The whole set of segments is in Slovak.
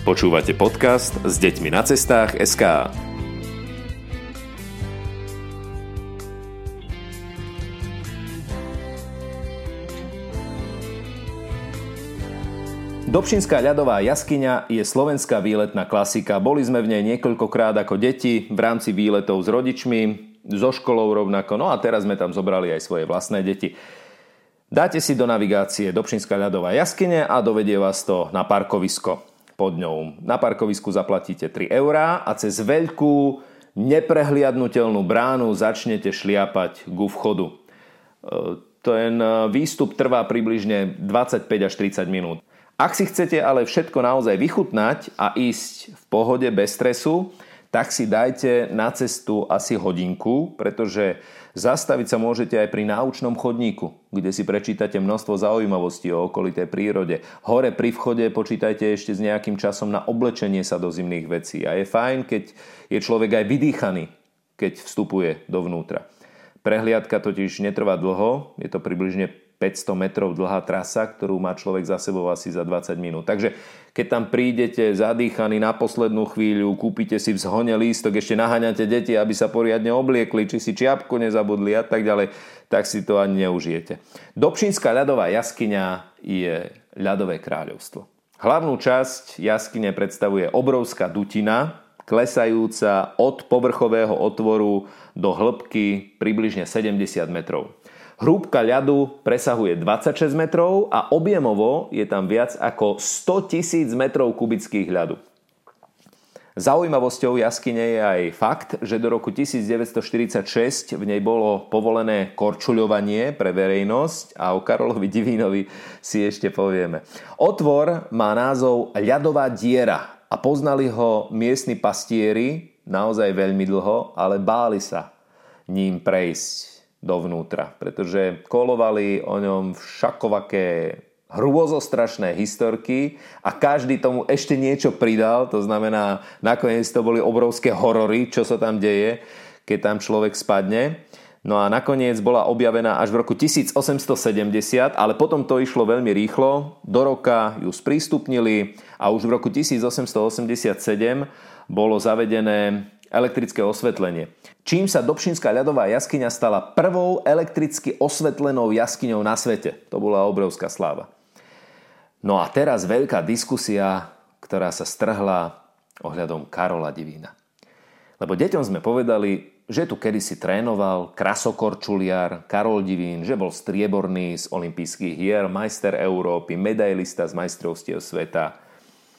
Počúvate podcast s deťmi na cestách SK. Dobšinská ľadová jaskyňa je slovenská výletná klasika. Boli sme v nej niekoľkokrát ako deti v rámci výletov s rodičmi, so školou rovnako, no a teraz sme tam zobrali aj svoje vlastné deti. Dáte si do navigácie Dobšinská ľadová jaskyňa a dovedie vás to na parkovisko pod ňou. Na parkovisku zaplatíte 3 eurá a cez veľkú, neprehliadnutelnú bránu začnete šliapať ku vchodu. Ten výstup trvá približne 25 až 30 minút. Ak si chcete ale všetko naozaj vychutnať a ísť v pohode bez stresu, tak si dajte na cestu asi hodinku, pretože zastaviť sa môžete aj pri náučnom chodníku, kde si prečítate množstvo zaujímavostí o okolitej prírode. Hore pri vchode počítajte ešte s nejakým časom na oblečenie sa do zimných vecí. A je fajn, keď je človek aj vydýchaný, keď vstupuje dovnútra. Prehliadka totiž netrvá dlho, je to približne 500 metrov dlhá trasa, ktorú má človek za sebou asi za 20 minút. Takže keď tam prídete zadýchaní na poslednú chvíľu, kúpite si v zhone lístok, ešte naháňate deti, aby sa poriadne obliekli, či si čiapku nezabudli a tak ďalej, tak si to ani neužijete. Dobšinská ľadová jaskyňa je ľadové kráľovstvo. Hlavnú časť jaskyne predstavuje obrovská dutina, klesajúca od povrchového otvoru do hĺbky približne 70 metrov. Hrúbka ľadu presahuje 26 metrov a objemovo je tam viac ako 100 000 metrov kubických ľadu. Zaujímavosťou jaskyne je aj fakt, že do roku 1946 v nej bolo povolené korčuľovanie pre verejnosť a o Karolovi Divínovi si ešte povieme. Otvor má názov ľadová diera a poznali ho miestni pastieri naozaj veľmi dlho, ale báli sa ním prejsť dovnútra, pretože kolovali o ňom všakovaké hrôzostrašné historky a každý tomu ešte niečo pridal, to znamená, nakoniec to boli obrovské horory, čo sa tam deje, keď tam človek spadne. No a nakoniec bola objavená až v roku 1870, ale potom to išlo veľmi rýchlo, do roka ju sprístupnili a už v roku 1887 bolo zavedené elektrické osvetlenie. Čím sa Dobšinská ľadová jaskyňa stala prvou elektricky osvetlenou jaskyňou na svete. To bola obrovská sláva. No a teraz veľká diskusia, ktorá sa strhla ohľadom Karola Divína. Lebo deťom sme povedali, že tu kedysi trénoval krasokorčuliar Karol Divín, že bol strieborný z olympijských hier, majster Európy, medailista z majstrovstiev sveta.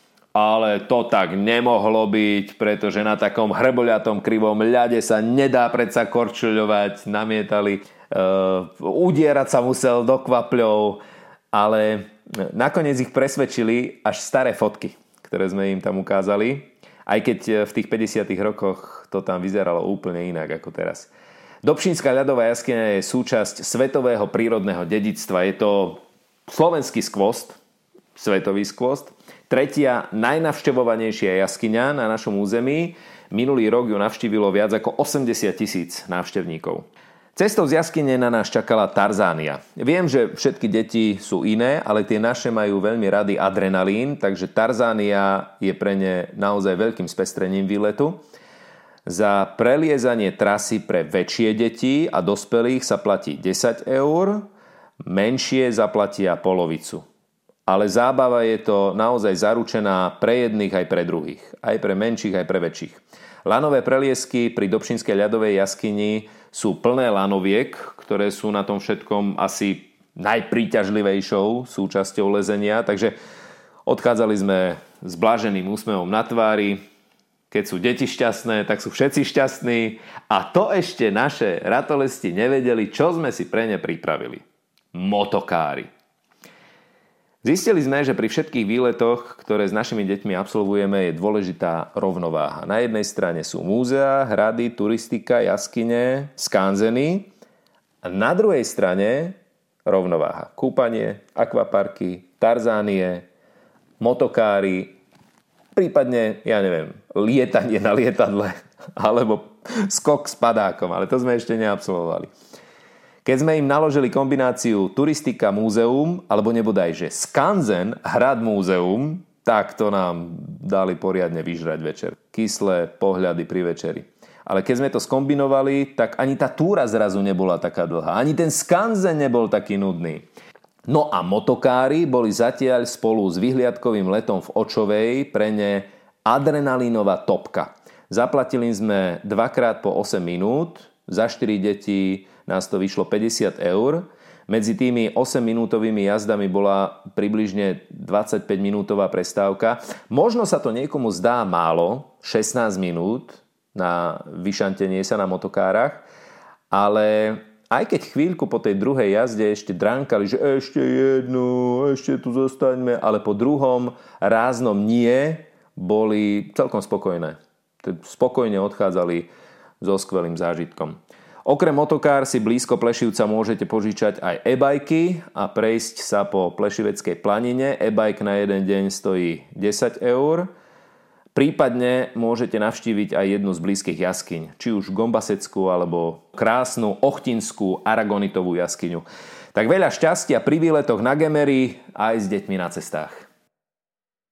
Ale to tak nemohlo byť, pretože na takom hrboľatom krivom ľade sa nedá predsa korčuľovať, namietali. Udierať sa musel do kvapľov, ale nakoniec ich presvedčili až staré fotky, ktoré sme im tam ukázali. Aj keď v tých 50. rokoch to tam vyzeralo úplne inak ako teraz. Dobšinská ľadová jaskyňa je súčasť svetového prírodného dedičstva. Je to slovenský skvost, svetový skvost. Tretia najnavštevovanejšia jaskyňa na našom území. Minulý rok ju navštívilo viac ako 80 000 návštevníkov. Cestou z jaskyne na nás čakala Tarzánia. Viem, že všetky deti sú iné, ale tie naše majú veľmi rady adrenalín, takže Tarzánia je pre ne naozaj veľkým spestrením výletu. Za preliezanie trasy pre väčšie deti a dospelých sa platí 10 eur, menšie zaplatia polovicu. Ale zábava je to naozaj zaručená pre jedných aj pre druhých. Aj pre menších, aj pre väčších. Lanové preliesky pri Dobšinskej ľadovej jaskyni sú plné lanoviek, ktoré sú na tom všetkom asi najpríťažlivejšou súčasťou lezenia. Takže odchádzali sme s bláženým úsmevom na tvári. Keď sú deti šťastné, tak sú všetci šťastní. A to ešte naše ratolesti nevedeli, čo sme si pre ne pripravili. Motokári. Zistili sme, že pri všetkých výletoch, ktoré s našimi deťmi absolvujeme, je dôležitá rovnováha. Na jednej strane sú múzea, hrady, turistika, jaskyne, skanzeny. A na druhej strane rovnováha. Kúpanie, akvaparky, Tarzánie, motokári, prípadne, lietanie na lietadle alebo skok s padákom. Ale to sme ešte neabsolvovali. Keď sme im naložili kombináciu turistika múzeum, alebo nebodaj, že skanzen hrad múzeum, tak to nám dali poriadne vyžrať večer. Kyslé pohľady pri večeri. Ale keď sme to skombinovali, tak ani tá túra zrazu nebola taká dlhá. Ani ten skanzen nebol taký nudný. No a motokári boli zatiaľ spolu s vyhliadkovým letom v Očovej pre ne adrenalínová topka. Zaplatili sme 2x po 8 minút, za 4 deti nás to vyšlo 50 €. Medzi tými 8-minútovými jazdami bola približne 25-minútová prestávka. Možno sa to niekomu zdá málo, 16 minút na vyšantenie sa na motokárach, ale aj keď chvíľku po tej druhej jazde ešte dránkali, že ešte jednu, ešte tu zostaňme, ale po druhom ráznom nie, boli celkom spokojné. Spokojne odchádzali so skvelým zážitkom. Okrem motokár si blízko Plešivca môžete požičať aj e-bajky a prejsť sa po Plešiveckej planine. E-bike na jeden deň stojí 10 €. Prípadne môžete navštíviť aj jednu z blízkych jaskyň, či už Gombaseckú alebo krásnu Ochtinskú aragonitovú jaskyňu. Tak veľa šťastia pri výletoch na Gemery aj s deťmi na cestách.